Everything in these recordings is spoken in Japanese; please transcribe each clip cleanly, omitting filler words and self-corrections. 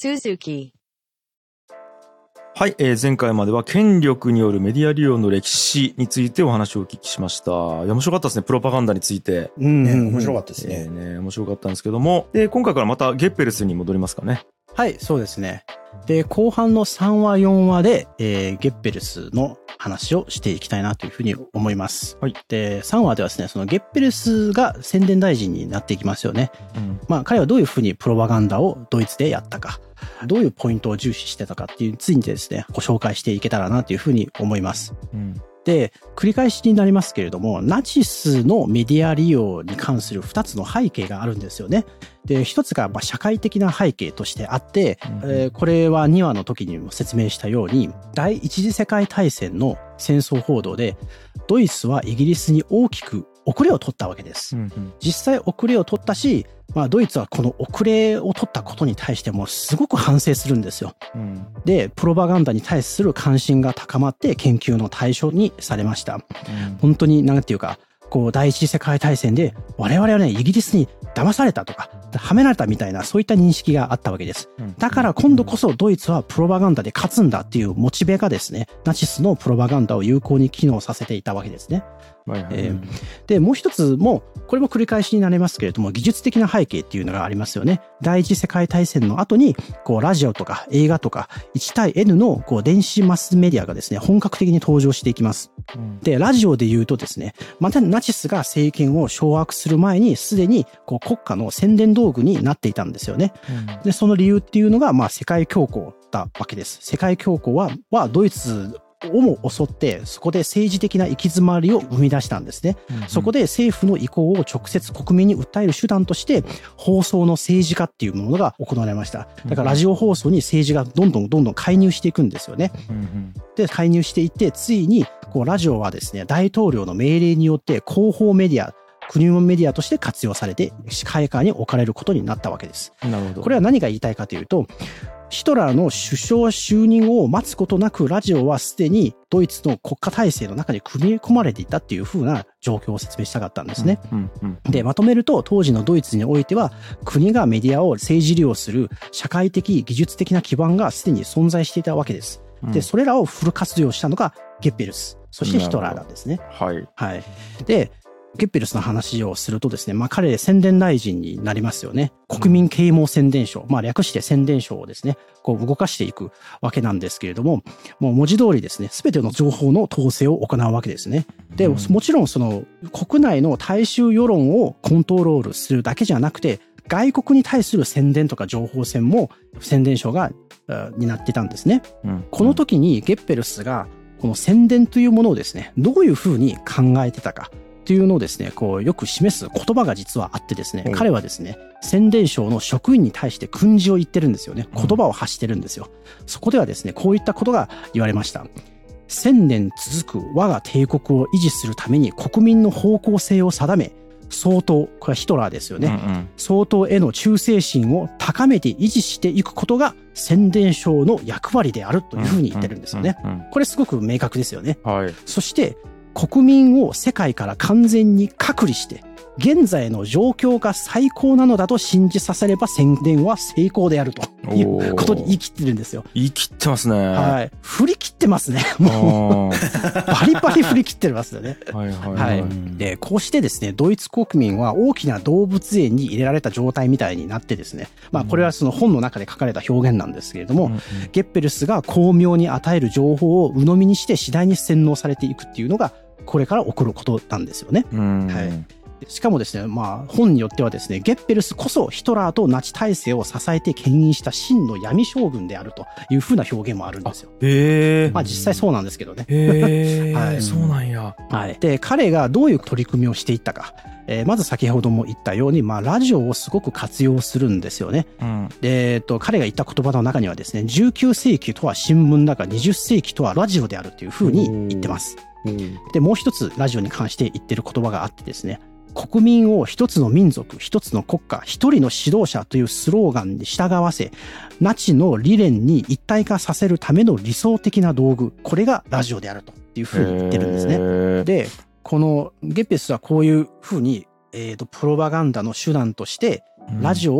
Suzuki。 はい、前回までは権力によるメディア利用の歴史についてお話をお聞きしました。いや、面白かったですね。プロパガンダについて。 面白かったですね。 面白かったんですけども。で、今回からまたゲッペルスに戻りますかね。 はい、そうですね。で、後半の3話、4話で、ゲッペルスの話をしていきたいなというふうに思います。 はい。 で、3話ではですね、そのゲッペルスが宣伝大臣になっていきますよね。彼はどういうふうにプロパガンダをドイツでやったか、どういうポイントを重視してたかっていうについてですね、ご紹介していけたらなというふうに思います。で、繰り返しになりますけれども、ナチスのメディア利用に関する2つの背景があるんですよね。で、1つが社会的な背景としてあって、これは2話の時にも説明したように、第一次世界大戦の戦争報道で、ドイツはイギリスに大きく遅れを取ったわけです。実際遅れを取ったし、ドイツはこの遅れを取ったことに対してもすごく反省するんですよ。で、プロパガンダに対する関心が高まって研究の対象にされました。本当になんていうか、第一次世界大戦で我々はね、イギリスに騙されたとか、はめられたみたいな、そういった認識があったわけです。だから今度こそドイツはプロパガンダで勝つんだっていうモチベがですね、ナチスのプロパガンダを有効に機能させていたわけですね。で、もう一つも、これも繰り返しになりますけれども、技術的な背景っていうのがありますよね。第一次世界大戦の後に、ラジオとか映画とか、1対 N の電子マスメディアがですね、本格的に登場していきます。で、ラジオで言うとですね、またナチスが政権を掌握する前に、すでに国家の宣伝道具になっていたんですよね。で、その理由っていうのが、世界恐慌だわけです。世界恐慌はドイツをも襲って、そこで政治的な行き詰まりを生み出したんですね。そこで政府の意向を直接国民に訴える手段として、放送の政治化っていうものが行われました。だからラジオ放送に政治がどんどん介入していくんですよね。で、介入していって、ついに、ラジオはですね、大統領の命令によって広報メディア、国のメディアとして活用されて、支配下に置かれることになったわけです。なるほど。これは何が言いたいかというと、ヒトラーの首相就任を待つことなくラジオはすでにドイツの国家体制の中に組み込まれていたっていう風な状況を説明したかったんですね。で、まとめると当時のドイツにおいては国がメディアを政治利用する社会的技術的な基盤がすでに存在していたわけです。で、それらをフル活用したのがゲッペルス、そしてヒトラーなんですね。はい。で、ゲッペルスの話をするとですね、彼宣伝大臣になりますよね。国民啓蒙宣伝省、略して宣伝省をですね、動かしていくわけなんですけれども、もう文字通りですね、すべての情報の統制を行うわけですね。で、もちろんその国内の大衆世論をコントロールするだけじゃなくて、外国に対する宣伝とか情報戦も宣伝省が担っていたんですね。この時にゲッペルスがこの宣伝というものをですね、どういうふうに考えてたか。っていうのをですね、よく示す言葉が実はあってですね、彼はですね、宣伝省の職員に対して訓示を言ってるんですよね。言葉を発してるんですよ。そこではですね、こういったことが言われました。1000年続く我が帝国を維持するために国民の方向性を定め、総統、これはヒトラーですよね。総統への忠誠心を高めて維持していくことが宣伝省の役割であるというふうに言ってるんですよね。これすごく明確ですよね。そして、国民を世界から完全に隔離して、現在の状況が最高なのだと信じさせれば宣伝は成功であるということに言い切ってるんですよ。 言い切ってますね。 はい。振り切ってますね。もう、バリバリ振り切ってますよね。で、こうしてですね、ドイツ国民は大きな動物園に入れられた状態みたいになってですね、これはその本の中で書かれた表現なんですけれども、ゲッペルスが巧妙に与える情報を鵜呑みにして次第に洗脳されていくっていうのが、これから起こることなんですよね。しかもですね、本によってはですね、ゲッペルスこそヒトラーとナチ体制を支えて牽引した真の闇将軍であるというふうな表現もあるんですよ。実際そうなんですけどね。 そうなんや。 で、彼がどういう取り組みをしていったか。まず先ほども言ったように、ラジオをすごく活用するんですよね。で、彼が言った言葉の中にはですね、19世紀とは新聞だが20世紀とはラジオであるというふうに言ってます。で、もう一つラジオに関して言ってる言葉があってですね、国民を一つの民族、一つの国家、一人の指導者というスローガンに従わせ、ナチの理念に一体化させるための理想的な道具、これがラジオであるというふうに言ってるんですね。で、このゲッペスはこういうふうに、プロパガンダの手段として、ラジオを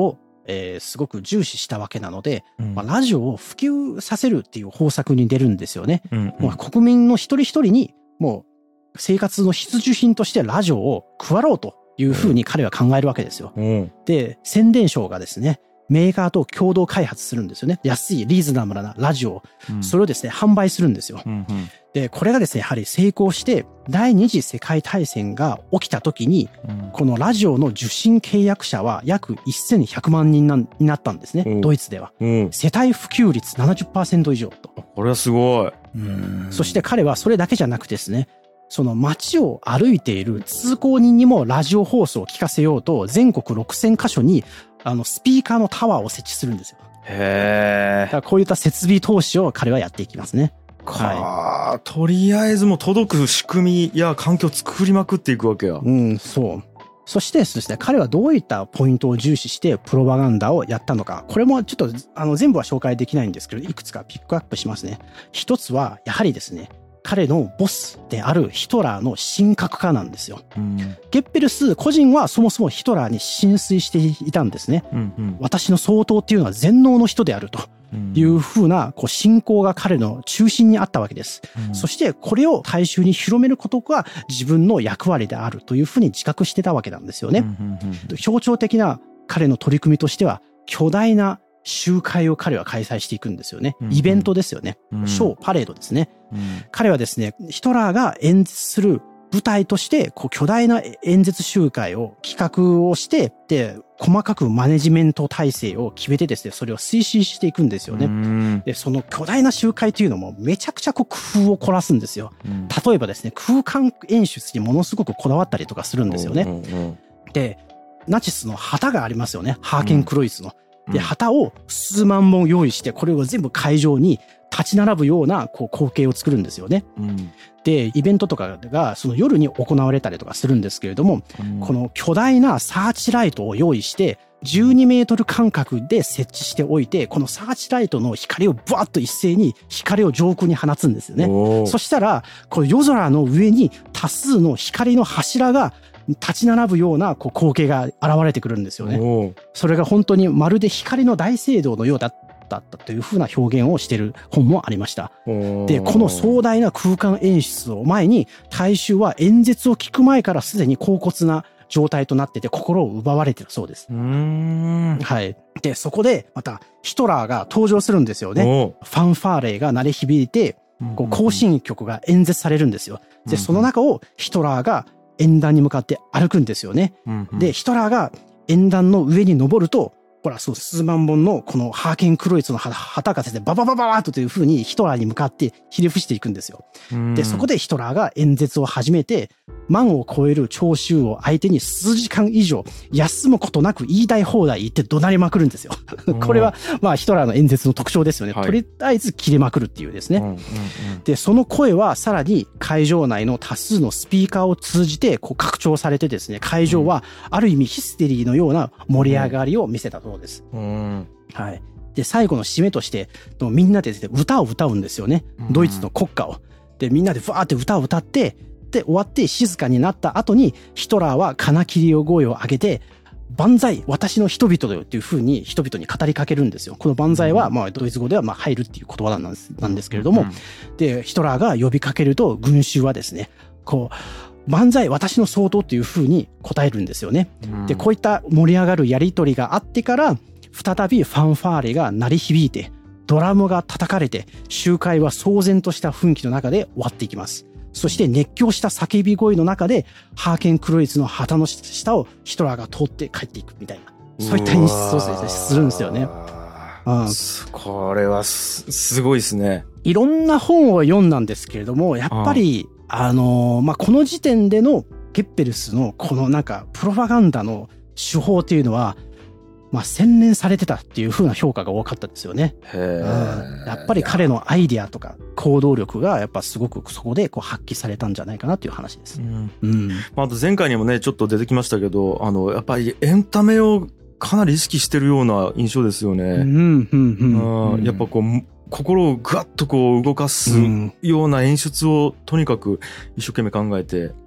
すごく重視したわけなので、ラジオを普及させるっていう方策に出るんですよね。もう国民の一人一人にもう生活の必需品としてラジオを配ろうというふうに彼は考えるわけですよ。で、宣伝省がですね、メーカーと共同開発するんですよね。安いリーズナブルなラジオ、それをですね、販売するんですよ。で、これがですね、やはり成功して、第二次世界大戦が起きた時に、このラジオの受信契約者は約1100万人になったんですね、ドイツでは。世帯普及率 70% 以上と。 これはすごい。 そして彼はそれだけじゃなくてですね、その街を歩いている通行人にもラジオ放送を聞かせようと、全国6000カ所にスピーカーのタワーを設置するんですよ。 へだからこういった設備投資を彼はやっていきますね。 とりあえずもう届く仕組みや環境を作りまくっていくわけや。 そう。そしてですね、彼はどういったポイントを重視してプロパガンダをやったのか。これもちょっと全部は紹介できないんですけど、いくつかピックアップしますね。一つは、やはりですね、彼のボスであるヒトラーの神格化なんですよ。ゲッペルス個人はそもそもヒトラーに心酔していたんですね。私の総統っていうのは全能の人であるというふうな信仰が彼の中心にあったわけです。そしてこれを大衆に広めることが自分の役割であるというふうに自覚してたわけなんですよね。象徴的な彼の取り組みとしては、巨大な集会を彼は開催していくんですよね。イベントですよね。ショー、パレードですね。彼はですね、ヒトラーが演説する舞台として、巨大な演説集会を企画をして、で、細かくマネジメント体制を決めてですね、それを推進していくんですよね。で、その巨大な集会というのもめちゃくちゃ工夫を凝らすんですよ。例えばですね、空間演出にものすごくこだわったりとかするんですよね。で、ナチスの旗がありますよね。ハーケンクロイツの。で、旗を数万本用意して、これを全部会場に立ち並ぶような光景を作るんですよね。で、イベントとかがその夜に行われたりとかするんですけれども、この巨大なサーチライトを用意して、12メートル間隔で設置しておいて、このサーチライトの光をブワッと一斉に光を上空に放つんですよね。そしたら、この夜空の上に多数の光の柱が立ち並ぶような光景が現れてくるんですよね。それが本当にまるで光の大聖堂のようだったというふうな表現をしている本もありました。で、この壮大な空間演出を前に、大衆は演説を聞く前からすでに恍惚な状態となってて心を奪われているそうです。はい。で、そこでまたヒトラーが登場するんですよね。ファンファーレが鳴り響いて、行進曲が演説されるんですよ。で、その中をヒトラーが演壇に向かって歩くんですよね。で、ヒトラーが演壇の上に登ると、ほら、そう、数万本のこのハーケンクロイツの旗がですね、バババババーっとという風にヒトラーに向かってひれ伏していくんですよ。で、そこでヒトラーが演説を始めて、万を超える聴衆を相手に数時間以上、休むことなく言いたい放題言って怒鳴りまくるんですよ。これは、まあ、ヒトラーの演説の特徴ですよね。とりあえず切れまくるっていうですね。で、その声はさらに会場内の多数のスピーカーを通じて拡張されてですね、会場はある意味ヒステリーのような盛り上がりを見せたそうです。はい。で、最後の締めとして、みんなでですね、歌を歌うんですよね。ドイツの国歌を。で、みんなでふわーって歌を歌って、で、終わって静かになった後に、ヒトラーは金切り声を上げて、万歳、私の人々だよっていう風に人々に語りかけるんですよ。この万歳は、まあ、ドイツ語では、まあ、入るっていう言葉なんですけれども、で、ヒトラーが呼びかけると、群衆はですね、万歳、私の総統っていう風に答えるんですよね。で、こういった盛り上がるやりとりがあってから、再びファンファーレが鳴り響いて、ドラムが叩かれて、集会は騒然とした雰囲気の中で終わっていきます。そして熱狂した叫び声の中で、ハーケンクロイツの旗の下をヒトラーが通って帰っていくみたいな、そういった演出をするんですよね。 これはすごいですね。 いろんな本を読んだんですけれども、やっぱり、まあ、この時点でのゲッペルスのこのなんか、プロパガンダの手法というのは、まあ、洗練されてたっていう風な評価が多かったですよね。やっぱり彼のアイディアとか行動力がやっぱすごくそこで発揮されたんじゃないかなっていう話です。 あと前回にもね、ちょっと出てきましたけど、やっぱりエンタメをかなり意識してるような印象ですよね。やっぱ心をぐわっと動かすような演出をとにかく一生懸命考えて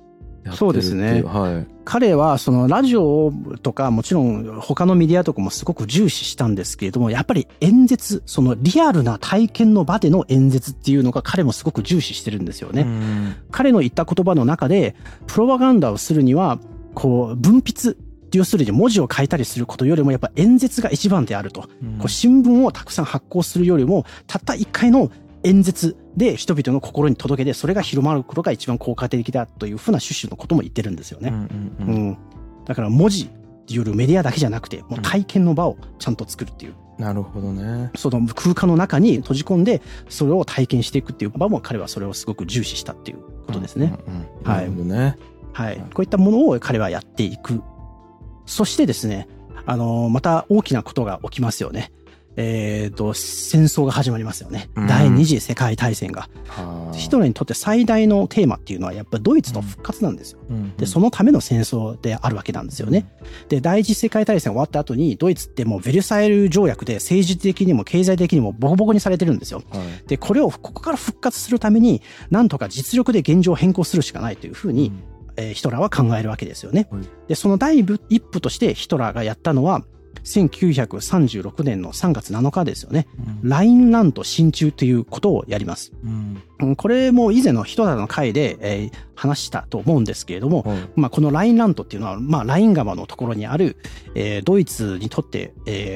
やってるっていう。 そうですね。 はい。 彼はそのラジオとかもちろん他のメディアとかもすごく重視したんですけれども、やっぱり演説、そのリアルな体験の場での演説っていうのが彼もすごく重視してるんですよね。彼の言った言葉の中で、プロパガンダをするには、こう文筆、要するに文字を書いたりすることよりもやっぱ演説が一番であると。こう新聞をたくさん発行するよりも、たった一回の演説で人々の心に届けて、それが広まることが一番効果的だというふうな趣旨のことも言ってるんですよね。だから文字によるメディアだけじゃなくて、もう体験の場をちゃんと作るっていう。 なるほどね。 その空間の中に閉じ込んで、それを体験していくっていう場も彼はそれをすごく重視したっていうことですね。 なるほどね。 はい。こういったものを彼はやっていく。そしてですね、また大きなことが起きますよね。戦争が始まりますよね。第二次世界大戦が。ヒトラーにとって最大のテーマっていうのはやっぱりドイツの復活なんですよ。で、そのための戦争であるわけなんですよね。で、第一次世界大戦終わった後にドイツってもうベルサイユ条約で政治的にも経済的にもボコボコにされてるんですよ。で、ここから復活するためになんとか実力で現状を変更するしかないというふうに、ヒトラーは考えるわけですよね。で、その第一歩としてヒトラーがやったのは、1936年の3月7日ですよね。ラインランド進駐ということをやります。これも以前のヒトラーの回で、話したと思うんですけれども、このラインランドっていうのは、ライン川のところにある、ドイツにとって、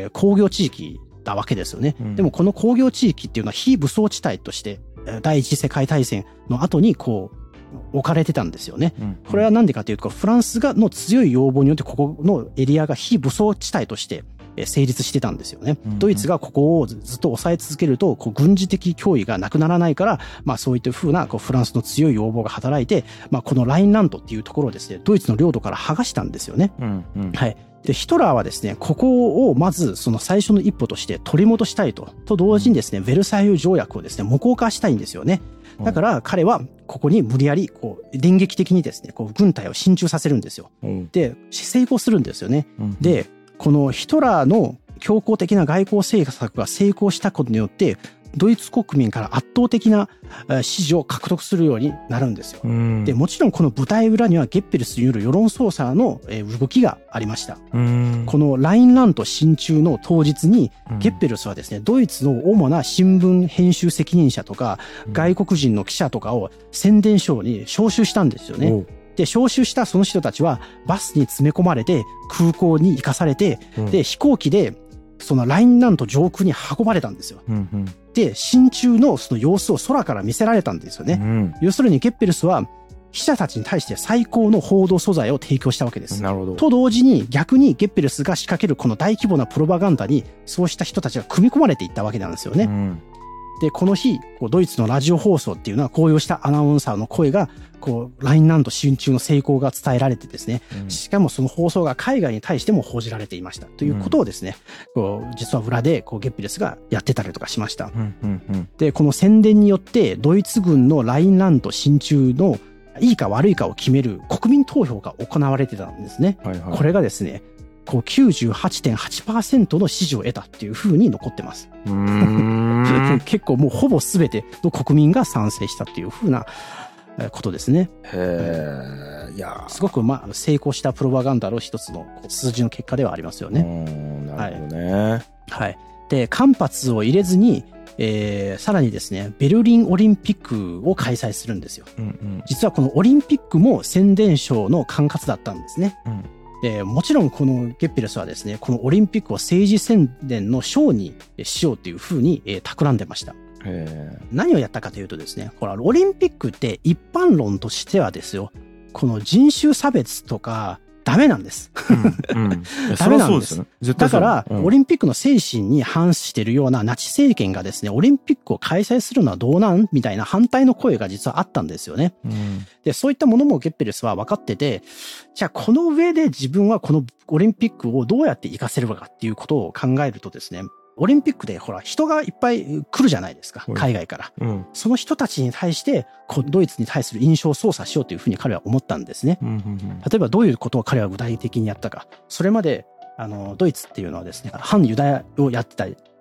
工業地域だわけですよね。でもこの工業地域っていうのは非武装地帯として、第一次世界大戦の後に置かれてたんですよね。これはなんでかというと、フランスの強い要望によってここのエリアが非武装地帯として成立してたんですよね。ドイツがここをずっと抑え続けると、軍事的脅威がなくならないから、そういった風なフランスの強い要望が働いて、このラインランドっていうところをですね、ドイツの領土から剥がしたんですよね。はい。で、ヒトラーはですね、ここをまずその最初の一歩として取り戻したいと同時にですね、ベルサイユ条約をですね、無効化したいんですよね。だから彼はここに無理やり電撃的にですね、軍隊を進駐させるんですよ。で、成功するんですよね。で、このヒトラーの強硬的な外交政策が成功したことによって、ドイツ国民から圧倒的な支持を獲得するようになるんですよ。で、もちろんこの舞台裏にはゲッペルスによる世論操作の動きがありました。このラインランド進駐の当日にゲッペルスはですね、ドイツの主な新聞編集責任者とか外国人の記者とかを宣伝省に招集したんですよね。で、招集したその人たちはバスに詰め込まれて空港に行かされて、で、飛行機でそのラインランド上空に運ばれたんですよ。で、進駐のその様子を空から見せられたんですよね。要するにゲッペルスは記者たちに対して最高の報道素材を提供したわけです。 なるほど。 と同時に逆にゲッペルスが仕掛けるこの大規模なプロパガンダにそうした人たちが組み込まれていったわけなんですよね。で、この日、ドイツのラジオ放送っていうのはこうしたアナウンサーの声が、ラインランド進駐の成功が伝えられてですね、しかもその放送が海外に対しても報じられていましたということをですね、実は裏でゲッペルスがやってたりとかしました。で、この宣伝によってドイツ軍のラインランド進駐のいいか悪いかを決める国民投票が行われてたんですね。これがですね、98.8% の支持を得たっていう風に残ってます。結構もうほぼ全ての国民が賛成したっていう風なことですね。いやすごく成功したプロパガンダの一つの数字の結果ではありますよね。 なるほどね。 はい。で、間髪を入れずに、さらにですね、ベルリンオリンピックを開催するんですよ。実はこのオリンピックも宣伝省の管轄だったんですね。もちろんこのゲッペルスはですね、このオリンピックを政治宣伝のショーにしようというふうに企んでました。何をやったかというとですね、オリンピックって一般論としてはですよ、この人種差別とかダメなんです。ダメなんです。だから、オリンピックの精神に反しているようなナチ政権がですね、オリンピックを開催するのはどうなんみたいな反対の声が実はあったんですよね。で、そういったものもゲッペルスは分かってて、じゃあこの上で自分はこのオリンピックをどうやって活かせるかっていうことを考えるとですね、オリンピックで人がいっぱい来るじゃないですか、海外から。その人たちに対して、ドイツに対する印象を操作しようというふうに彼は思ったんですね。例えばどういうことを彼は具体的にやったか。それまで、ドイツっていうのはですね、反ユダヤをやってたじ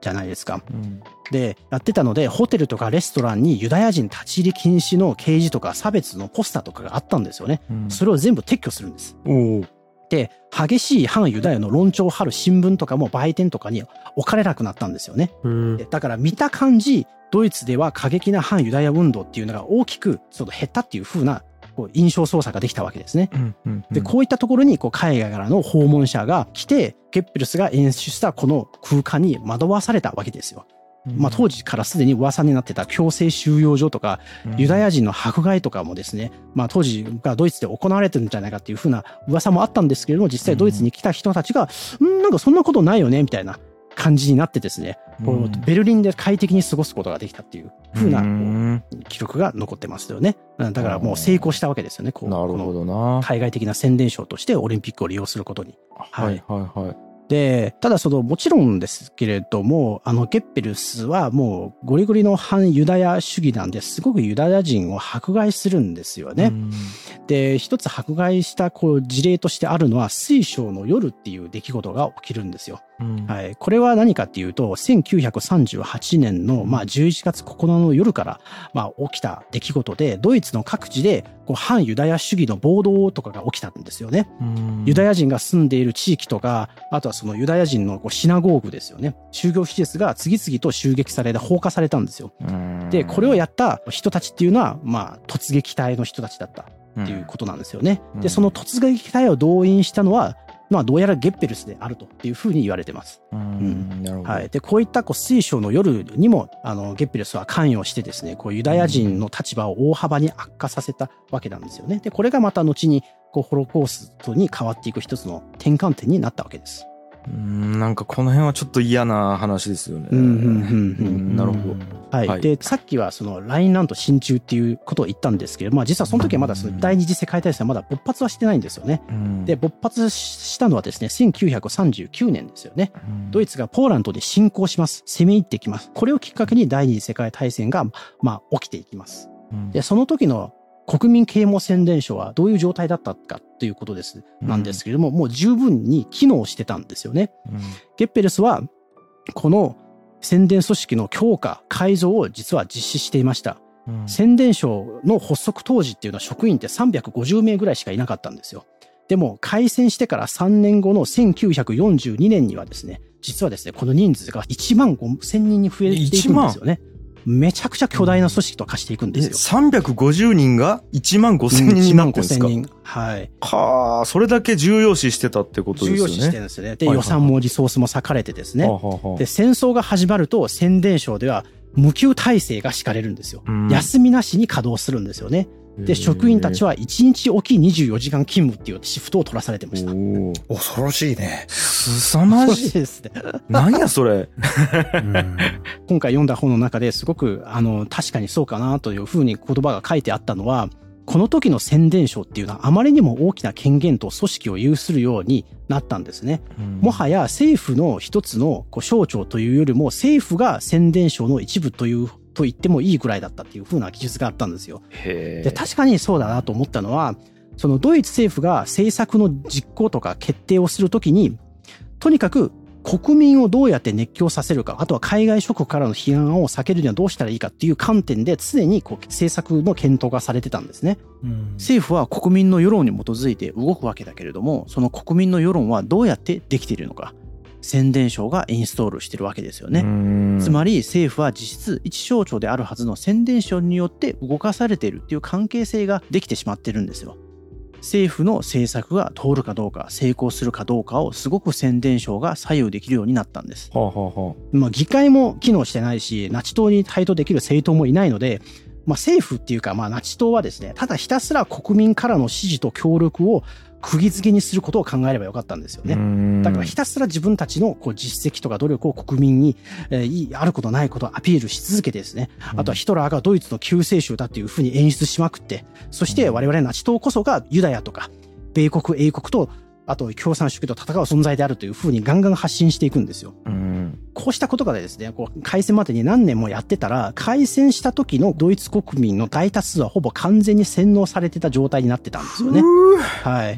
じゃないですか。で、やってたので、ホテルとかレストランにユダヤ人立ち入り禁止の掲示とか差別のポスターとかがあったんですよね。それを全部撤去するんです。で、激しい反ユダヤの論調を張る新聞とかも売店とかに置かれなくなったんですよね。だから見た感じ、ドイツでは過激な反ユダヤ運動っていうのが大きく減ったっていう風な印象操作ができたわけですね。で、こういったところに海外からの訪問者が来て、ゲッペルスが演出したこの空間に惑わされたわけですよ。当時からすでに噂になってた強制収容所とか、ユダヤ人の迫害とかもですね、当時がドイツで行われてるんじゃないかっていう風な噂もあったんですけれども、実際ドイツに来た人たちが、なんかそんなことないよね、みたいな感じになってですね、ベルリンで快適に過ごすことができたっていう風な記録が残ってますよね。だからもう成功したわけですよね。 なるほどな。 海外的な宣伝賞としてオリンピックを利用することに。で、ただもちろんですけれども、ゲッペルスはもうゴリゴリの反ユダヤ主義なんで、すごくユダヤ人を迫害するんですよね。で、一つ迫害した事例としてあるのは、水晶の夜っていう出来事が起きるんですよ。これは何かっていうと、1938年の11月9日の夜から起きた出来事で、ドイツの各地で反ユダヤ主義の暴動とかが起きたんですよね。ユダヤ人が住んでいる地域とか、あとはそのユダヤ人のシナゴーグですよね。宗教施設が次々と襲撃されて放火されたんですよ。で、これをやった人たちっていうのは、突撃隊の人たちだったっていうことなんですよね。で、その突撃隊を動員したのは、どうやらゲッペルスであるというふうに言われてます。 なるほど。 で、こういった水晶の夜にも、ゲッペルスは関与してですね、ユダヤ人の立場を大幅に悪化させたわけなんですよね。で、これがまた後に、ホロコーストに変わっていく一つの転換点になったわけです。 なんかこの辺はちょっと嫌な話ですよね。なるほど。 で、さっきはラインランド進駐っていうことを言ったんですけど、実はその時はまだ第二次世界大戦はまだ勃発はしてないんですよね。で、勃発したのはですね、1939年ですよね。ドイツがポーランドで侵攻します。攻め入ってきます。これをきっかけに第二次世界大戦が、起きていきます。で、その時の国民啓蒙宣伝書はどういう状態だったかということです。なんですけれども、もう十分に機能してたんですよね。ゲッペルスは、この宣伝組織の強化、改造を実は実施していました。宣伝省の発足当時っていうのは職員って350名ぐらいしかいなかったんですよ。でも、開戦してから3年後の1942年にはですね、実はですね、この人数が1万5000人に増えていくんですよね。めちゃくちゃ巨大な組織と化していくんですよ。 350人が1万5000人になってるんですか？ 1万5000人。はい。 はあ、それだけ重要視してたってことですよね。 重要視してるんですよね。で、予算もリソースも割かれてですね。で、戦争が始まると宣伝省では無給体制が敷かれるんですよ。休みなしに稼働するんですよね。で、職員たちは1日おき24時間勤務っていうシフトを取らされてました。 恐ろしいね。 凄まじいですね。何やそれ。 今回読んだ本の中ですごく、確かにそうかなというふうに言葉が書いてあったのは、この時の宣伝省っていうのはあまりにも大きな権限と組織を有するようになったんですね。もはや政府の一つの省庁というよりも政府が宣伝省の一部と言ってもいいぐらいだったっていう風な記述があったんですよ。で、確かにそうだなと思ったのは、そのドイツ政府が政策の実行とか決定をするときに、とにかく国民をどうやって熱狂させるか、あとは海外諸国からの批判を避けるにはどうしたらいいかっていう観点で常に政策の検討がされてたんですね。政府は国民の世論に基づいて動くわけだけれども、その国民の世論はどうやってできているのか。宣伝省がインストールしてるわけですよね。つまり政府は実質一省庁であるはずの宣伝省によって動かされているっていう関係性ができてしまってるんですよ。政府の政策が通るかどうか、成功するかどうかをすごく宣伝省が左右できるようになったんです。議会も機能してないし、ナチ党に対等できる政党もいないので、政府っていうか、ナチ党はですね、ただひたすら国民からの支持と協力を釘付けにすることを考えればよかったんですよね。だからひたすら自分たちの実績とか努力を国民に、あることないことをアピールし続けてですね、あとはヒトラーがドイツの救世主だっていうふうに演出しまくって、そして我々ナチ党こそがユダヤとか米国、英国と、あと共産主義と戦う存在であるというふうにガンガン発信していくんですよ。こうしたことがですね、開戦までに何年もやってたら、開戦した時のドイツ国民の大多数はほぼ完全に洗脳されてた状態になってたんですよね。はい。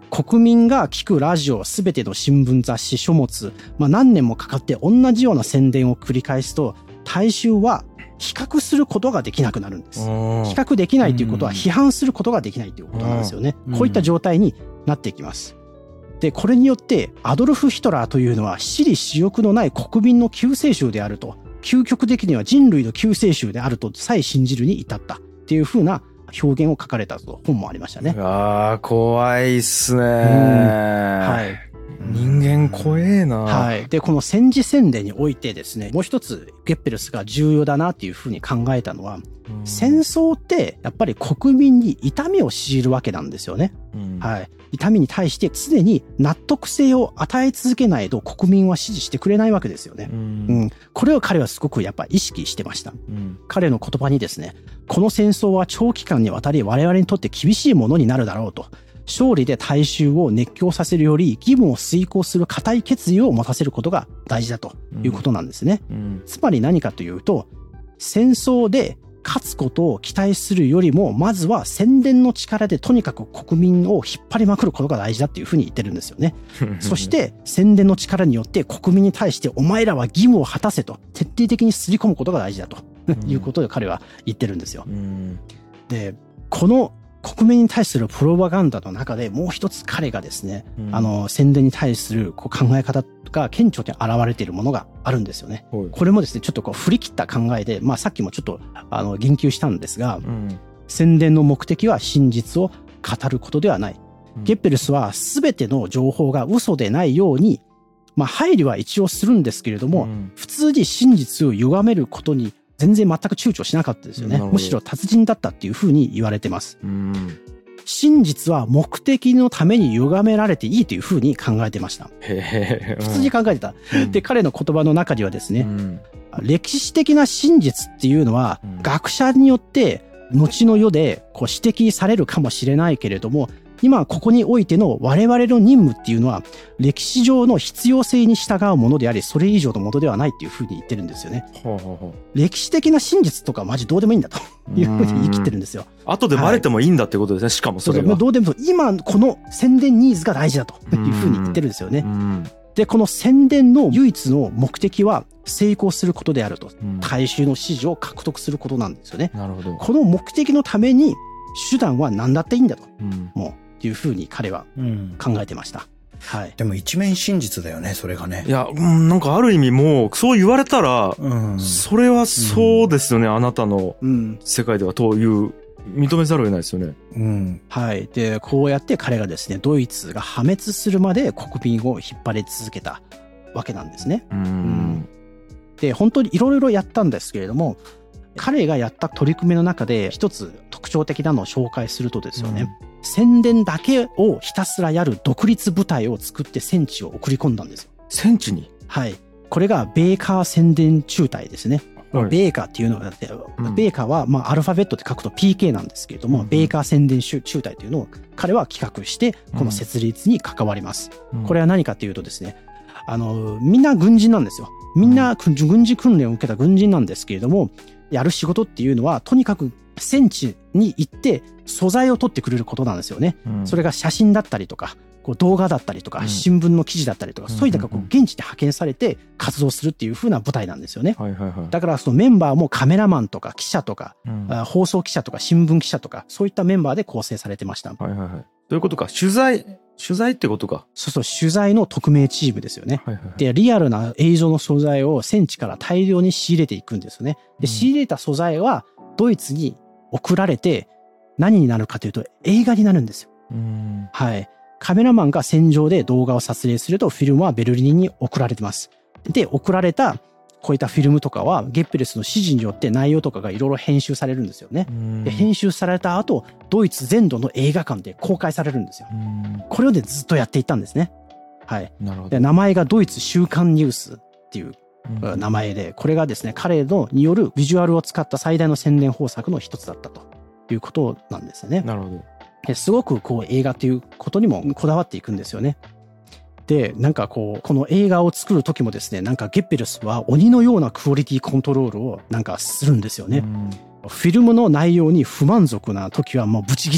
国民が聞くラジオ、すべての新聞雑誌、書物、何年もかかって同じような宣伝を繰り返すと、大衆は比較することができなくなるんです。比較できないということは批判することができないということなんですよね。こういった状態になっていきます。で、これによってアドルフ・ヒトラーというのは私利私欲のない国民の救世主であると、究極的には人類の救世主であるとさえ信じるに至ったっていう風な表現を書かれた本もありましたね。 怖いっすね。 はい。 人間怖えな。 はい。で、この戦時宣伝においてですね、もう一つゲッペルスが重要だなっていうふうに考えたのは、戦争ってやっぱり国民に痛みを強いるわけなんですよね。はい。痛みに対して常に納得性を与え続けないと国民は支持してくれないわけですよね。これを彼はすごくやっぱ意識してました。彼の言葉にですね、この戦争は長期間にわたり我々にとって厳しいものになるだろうと。勝利で大衆を熱狂させるより義務を遂行する固い決意を持たせることが大事だということなんですね。つまり何かというと、戦争で勝つことを期待するよりも、まずは宣伝の力でとにかく国民を引っ張りまくることが大事だっていうふうに言ってるんですよね。そして宣伝の力によって国民に対してお前らは義務を果たせと徹底的に刷り込むことが大事だということで彼は言ってるんですよ。で、この国民に対するプロパガンダの中でもう一つ彼がですね、宣伝に対する考え方が顕著に現れているものがあるんですよね。これもですね、ちょっと振り切った考えで、さっきもちょっと言及したんですが、宣伝の目的は真実を語ることではない。ゲッペルスは全ての情報が嘘でないように、配慮は一応するんですけれども、普通に真実を歪めることに全然全く躊躇しなかったですよね。むしろ達人だったっていうふうに言われてます。真実は目的のために歪められていいというふうに考えてました。普通に考えてた。で、彼の言葉の中にはですね、歴史的な真実っていうのは、学者によって後の世で指摘されるかもしれないけれども、今ここにおいての我々の任務っていうのは歴史上の必要性に従うものであり、それ以上のものではないっていうふうに言ってるんですよね。歴史的な真実とかマジどうでもいいんだというふうに言い切ってるんですよ。 後でバレてもいいんだってことですね。しかもそれが。 そうどうでも今この宣伝ニーズが大事だというふうに言ってるんですよね。で、この宣伝の唯一の目的は成功することであると。大衆の支持を獲得することなんですよね。 なるほど。 この目的のために手段は何だっていいんだと。もう。っていうふうに彼は考えてました。はい。 でも一面真実だよね、それがね。 いや、なんかある意味もう、そう言われたら、それはそうですよね、あなたの世界ではという、認めざるを得ないですよね。 はい。で、こうやって彼がですね、ドイツが破滅するまで国民を引っ張り続けたわけなんですね。で、本当にいろいろやったんですけれども、彼がやった取り組みの中で一つ特徴的なのを紹介するとですよね、宣伝だけをひたすらやる独立部隊を作って戦地を送り込んだんですよ。 戦地に？ はい。これがベーカー宣伝中隊ですね。ベーカーっていうのがあって、ベーカーはアルファベットで書くと PK なんですけれども、ベーカー宣伝中隊というのを彼は企画して、この設立に関わります。これは何かというとですね、みんな軍人なんですよ。みんな軍事訓練を受けた軍人なんですけれども、やる仕事っていうのは、とにかく戦地に行って素材を取ってくれることなんですよね。それが写真だったりとか、動画だったりとか、新聞の記事だったりとか、そういった現地で派遣されて活動するっていう風な部隊なんですよね。だからそのメンバーもカメラマンとか記者とか、放送記者とか新聞記者とか、そういったメンバーで構成されてました。 どういうことか。取材ってことか。 そう、取材の特命チームですよね。で、リアルな映像の素材を戦地から大量に仕入れていくんですよね。で、仕入れた素材はドイツに送られて何になるかというと映画になるんですよ。はい。カメラマンが戦場で動画を撮影するとフィルムはベルリンに送られてます。で、送られたこういったフィルムとかはゲッペルスの指示によって内容とかがいろいろ編集されるんですよね。で、編集された後、ドイツ全土の映画館で公開されるんですよ。これをね、ずっとやっていったんですね。はい。なるほど。で、名前がドイツ週刊ニュースっていう名前で、これがですね、彼によるビジュアルを使った最大の宣伝方策の一つだったということなんですよね。 なるほど。 ですごく映画ということにもこだわっていくんですよね。で、なんかこの映画を作る時もですね、なんかゲッペルスは鬼のようなクオリティコントロールをなんかするんですよね。フィルムの内容に不満足な時はもうブチ切れてたと。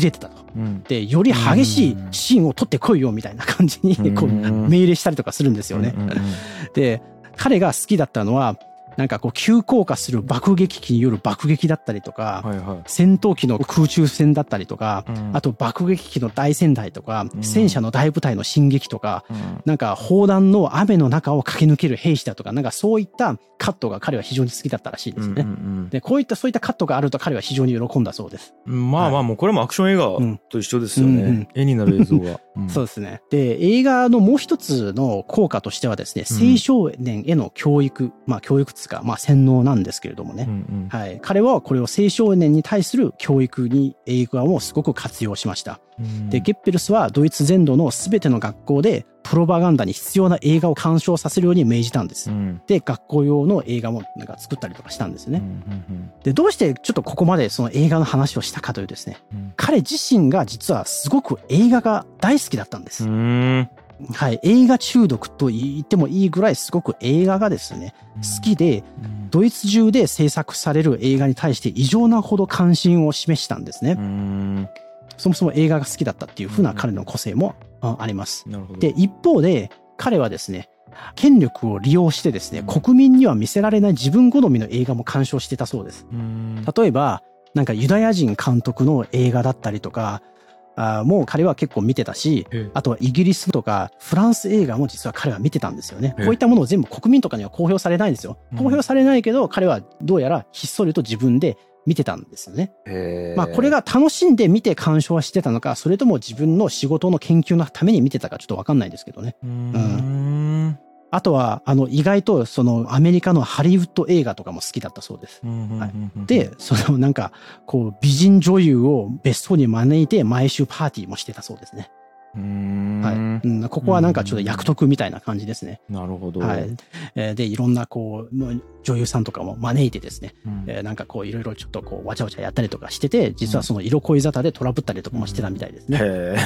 で、より激しいシーンを撮ってこいよみたいな感じにこう命令したりとかするんですよね。で、彼が好きだったのは、なんかこう急降下する爆撃機による爆撃だったりとか、戦闘機の空中戦だったりとか、あと爆撃機の大戦台とか、戦車の大部隊の進撃とか、なんか砲弾の雨の中を駆け抜ける兵士だとか、なんかそういったカットが彼は非常に好きだったらしいですね。で、そういったカットがあると彼は非常に喜んだそうです。 まあまあもうこれもアクション映画と一緒ですよね。絵になる映像が。 そうですね。で、映画のもう一つの効果としてはですね、青少年への教育、まあ教育つか、まあ洗脳なんですけれどもね。はい。彼はこれを青少年に対する教育に映画をすごく活用しました。で、ゲッペルスはドイツ全土の全ての学校でプロパガンダに必要な映画を鑑賞させるように命じたんです。で、学校用の映画もなんか作ったりとかしたんですね。で、どうしてちょっとここまでその映画の話をしたかというですね、彼自身が実はすごく映画が大好きだったんです。はい。映画中毒と言ってもいいぐらいすごく映画がですね、好きで、ドイツ中で制作される映画に対して異常なほど関心を示したんですね。そもそも映画が好きだったっていう風な彼の個性もあります。で、一方で彼はですね、権力を利用してですね、国民には見せられない自分好みの映画も鑑賞してたそうです。例えば、なんかユダヤ人監督の映画だったりとか、もう彼は結構見てたし、あとはイギリスとかフランス映画も実は彼は見てたんですよね。こういったものを全部国民とかには公表されないんですよ。公表されないけど、彼はどうやらひっそりと自分で見てたんですよね。まあこれが楽しんで見て鑑賞はしてたのか、それとも自分の仕事の研究のために見てたかちょっとわかんないですけどね。あとは、意外と、アメリカのハリウッド映画とかも好きだったそうです。で、なんか、こう、美人女優を別荘に招いて、毎週パーティーもしてたそうですね。はい。ここはなんかちょっと役得みたいな感じですね。 なるほど。 はい。で、いろんなこう、女優さんとかも招いてですね、なんかこういろいろちょっとこうわちゃわちゃやったりとかしてて、実はその色恋沙汰でトラブったりとかもしてたみたいですね。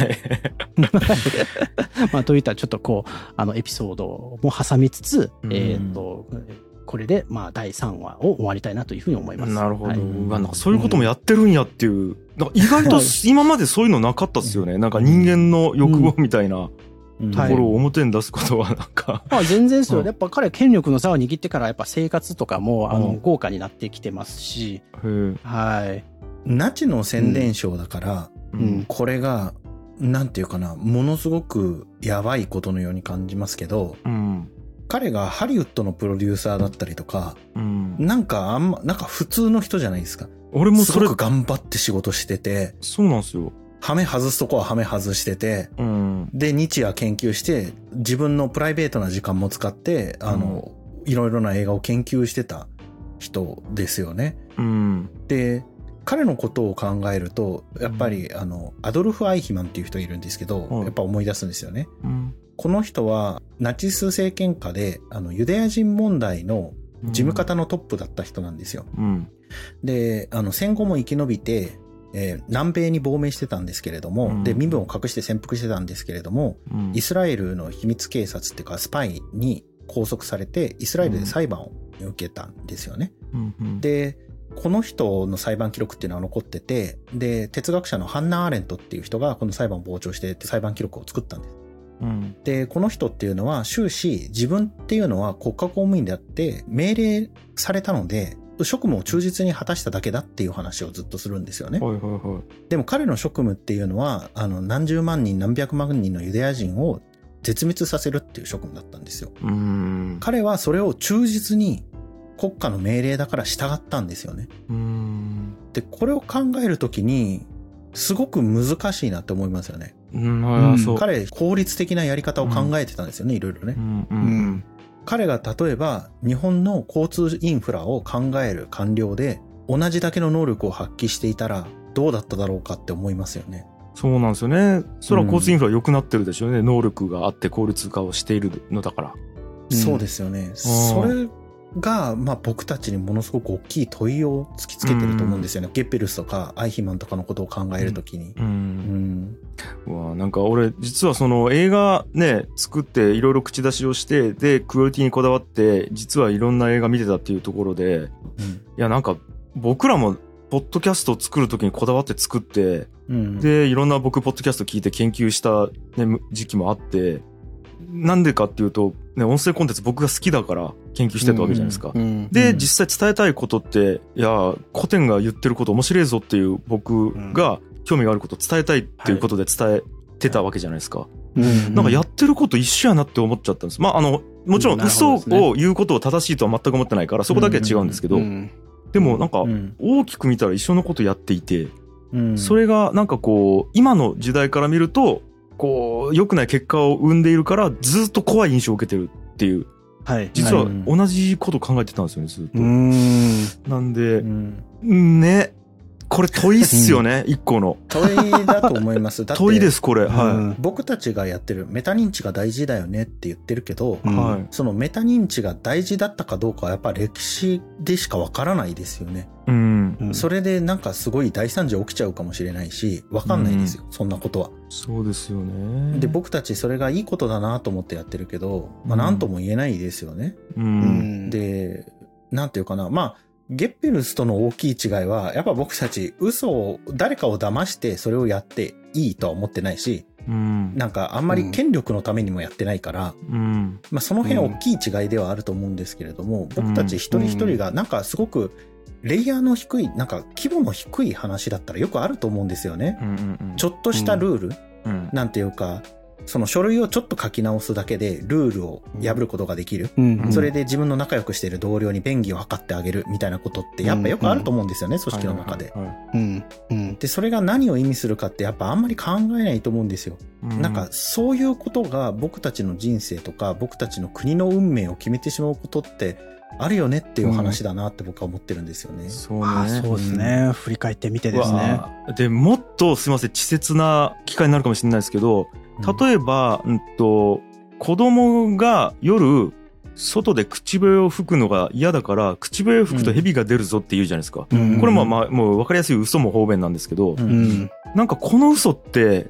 まあ、といったちょっとこう、エピソードも挟みつつ、これで、まあ、第3話を終わりたいなというふうに思います。 なるほど。なんかそういうこともやってるんやっていう、なんか意外と今までそういうのなかったっすよね。なんか人間の欲望みたいなところを表に出すことはなんか。 まあ全然ですよ。やっぱ彼権力の座を握ってからやっぱ生活とかも、豪華になってきてますし。はい。 ナチの宣伝賞だから、これが、なんていうかな、ものすごくやばいことのように感じますけど、彼がハリウッドのプロデューサーだったりとか、なんかなんか普通の人じゃないですか。 俺もすごく頑張って仕事してて、 そうなんですよ。 ハメ外すとこはハメ外してて、で、日夜研究して、自分のプライベートな時間も使って、いろいろな映画を研究してた人ですよね。で、彼のことを考えると、やっぱり、アドルフ・アイヒマンっていう人いるんですけど、やっぱ思い出すんですよね。この人はナチス政権下でユダヤ人問題の事務方のトップだった人なんですよ。で、戦後も生き延びて、南米に亡命してたんですけれども、で、身分を隠して潜伏してたんですけれども、イスラエルの秘密警察っていうかスパイに拘束されて、イスラエルで裁判を受けたんですよね。で、この人の裁判記録っていうのは残ってて、で、哲学者のハンナ・アーレントっていう人がこの裁判を傍聴して裁判記録を作ったんです。で、この人っていうのは終始自分っていうのは国家公務員であって命令されたので職務を忠実に果たしただけだっていう話をずっとするんですよね。でも彼の職務っていうのは何十万人何百万人のユダヤ人を絶滅させるっていう職務だったんですよ。彼はそれを忠実に国家の命令だから従ったんですよね。で、これを考えるときにすごく難しいなって思いますよね。彼、効率的なやり方を考えてたんですよね、いろいろね。彼が例えば日本の交通インフラを考える官僚で同じだけの能力を発揮していたらどうだっただろうかって思いますよね。 そうなんですよね。それは交通インフラ良くなってるでしょうね。能力があって効率化をしているのだから。 そうですよね。それが、まあ僕たちにものすごく大きい問いを突きつけてると思うんですよね。ゲッペルスとかアイヒマンとかのことを考えるときに。 なんか俺実はその映画ね作っていろいろ口出しをしてでクオリティにこだわって実はいろんな映画見てたっていうところで、いやなんか僕らもポッドキャストを作るときにこだわって作って、で、いろんな僕、ポッドキャスト聞いて研究した、ね、時期もあって、なんでかっていうと、ね、音声コンテンツ僕が好きだから研究してたわけじゃないですか。で、実際伝えたいことって、いや、古典が言ってること面白いぞっていう僕が興味があることを伝えたいっていうことで伝えてたわけじゃないですか。なんかやってること一緒やなって思っちゃったんです。まあ、もちろん嘘を言うことを正しいとは全く思ってないから、そこだけは違うんですけど、でもなんか大きく見たら一緒のことやっていて、それがなんかこう、今の時代から見ると、こう、良くない結果を生んでいるから、ずっと怖い印象を受けてるっていう。実は同じこと考えてたんですよね、ずっと。なんで、ね。これ問いっすよね、一個の。 問いだと思います。だって問いです、これ。はい。 僕たちがやってるメタ認知が大事だよねって言ってるけど、そのメタ認知が大事だったかどうかはやっぱ歴史でしかわからないですよね。それでなんかすごい大惨事起きちゃうかもしれないし、わかんないですよ、そんなことは。 そうですよね。 で、僕たちそれがいいことだなと思ってやってるけど、まあなんとも言えないですよね。で、なんていうかな、まあ、ゲッペルスとの大きい違いは、やっぱ僕たち誰かを騙してそれをやっていいとは思ってないし、なんかあんまり権力のためにもやってないから、まあその辺大きい違いではあると思うんですけれども、僕たち一人一人がなんかすごくレイヤーの低い、なんか規模の低い話だったらよくあると思うんですよね。ちょっとしたルール、なんていうか、その書類をちょっと書き直すだけでルールを破ることができる。それで自分の仲良くしている同僚に便宜を図ってあげるみたいなことってやっぱよくあると思うんですよね、組織の中で。で、それが何を意味するかってやっぱあんまり考えないと思うんですよ。なんかそういうことが僕たちの人生とか僕たちの国の運命を決めてしまうことってあるよねっていう話だなって僕は思ってるんですよね。 そうですね。振り返ってみてですね。 で、もっとすいません、稚拙な機会になるかもしれないですけど、例えば、子供が夜、外で口笛を吹くのが嫌だから、口笛を吹くと蛇が出るぞって言うじゃないですか。これもまあ、もう分かりやすい嘘も方便なんですけど、なんかこの嘘って、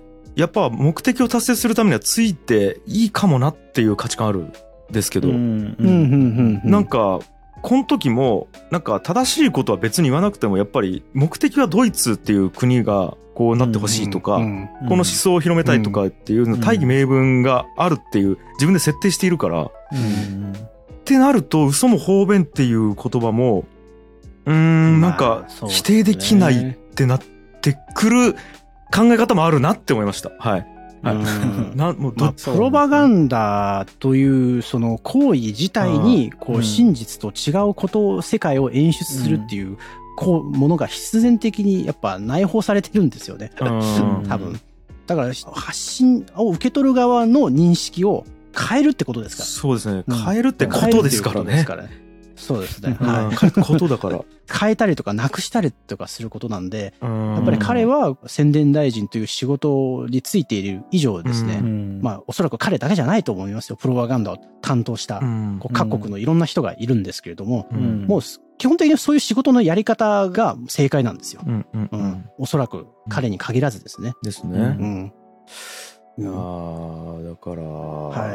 やっぱ目的を達成するためにはついていいかもなっていう価値観あるんですけど、なんか、この時も、なんか正しいことは別に言わなくても、やっぱり目的はドイツっていう国がこうなってほしいとか、この思想を広めたいとかっていう大義名分があるっていう自分で設定しているから、ってなると嘘も方便っていう言葉も、なんか否定できないってなってくる考え方もあるなって思いました。はい。 プロパガンダというその行為自体にこう真実と違うことを世界を演出するっていうこうものが必然的にやっぱ内包されてるんですよね。多分。だから発信を受け取る側の認識を変えるってことですから。 そうですね。変えるってことですからね。 そうですね。 変えることだから。 変えたりとかなくしたりとかすることなんで、やっぱり彼は宣伝大臣という仕事についている以上ですね、まあおそらく彼だけじゃないと思いますよ。プロパガンダを担当した各国のいろんな人がいるんですけれども、もう基本的にそういう仕事のやり方が正解なんですよ。おそらく彼に限らずですね。 ですね。いやだから、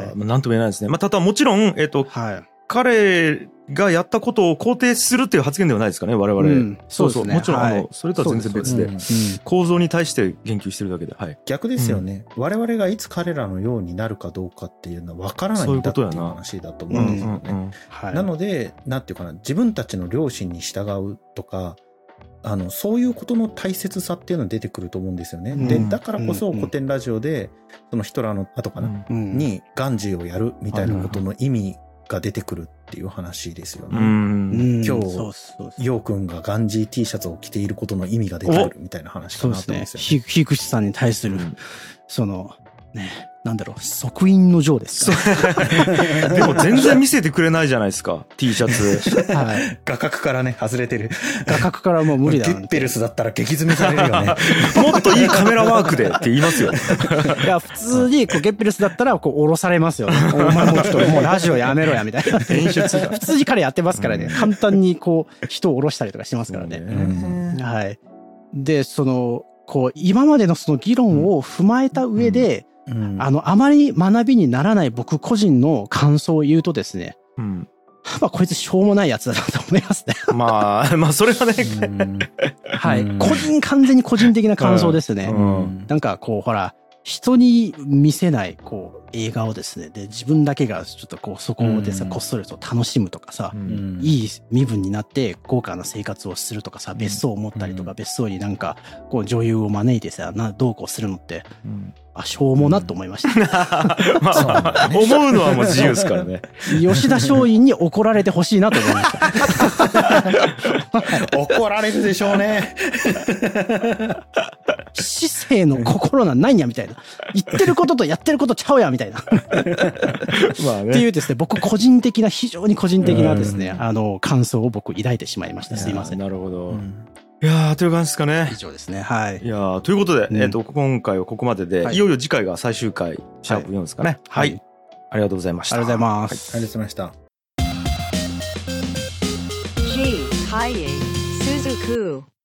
なんとも言えないですね。まあ、ただもちろん、彼がやったことを肯定するっていう発言ではないですかね、我々。そうそう。もちろん、それとは全然別で、構造に対して言及してるだけで。はい。 逆ですよね。我々がいつ彼らのようになるかどうかっていうのは分からないんだっていう話だと思うんですよね。なので、なんていうかな、自分たちの良心に従うとか、そういうことの大切さっていうのが出てくると思うんですよね。で、だからこそ古典ラジオで、そのヒトラーの後かな、にガンジーをやるみたいなことの意味が出てくるっていう話ですよね。今日、ヨウくんがガンジー T シャツを着ていることの意味が出てくるみたいな話かなと思うんですよね。 そうですね。樋口さんに対する、その、ね、なんだろう、即印の情ですか。 でも全然見せてくれないじゃないですか、T シャツ。 はい。画角からね、外れてる。 画角からもう無理だ。 ゲッペルスだったら激詰めされるよね。 もっといいカメラワークでって言いますよ。 いや、普通にこうゲッペルスだったらこう降ろされますよね。お前もうちょっともうラジオやめろや、みたいな。 演出だ。 普通に彼やってますからね。簡単にこう人を降ろしたりとかしてますからね。はい。で、その、こう、今までのその議論を踏まえた上で、あまり学びにならない僕個人の感想を言うとですね、 まあこいつしょうもないやつだなと思いますね。 まあそれはね。 はい。完全に個人的な感想ですね。なんかこうほら、人に見せないこう映画をですね、で自分だけがちょっとこうそこでさ、こっそりと楽しむとかさ、いい身分になって豪華な生活をするとかさ、別荘を持ったりとか、別荘になんかこう女優を招いてさ、どうこうするのって、しょうもなと思いました。 まあ、思うのはもう自由ですからね。 吉田松陰に怒られてほしいなと思いました。 怒られるでしょうね。 市政の心なんないんやみたいな。言ってることとやってることちゃうやみたいな。 まあね。 っていうですね、僕非常に個人的なですね、感想を僕抱いてしまいました。すいません。 なるほど。いやー、という感じですかね。 以上ですね。はい。 いやー、ということで、今回はここまでで、いよいよ次回が最終回、シャープ4ですかね。はい。ありがとうございました。 ありがとうございます。 ありがとうございました。 G. Kaie Suzuku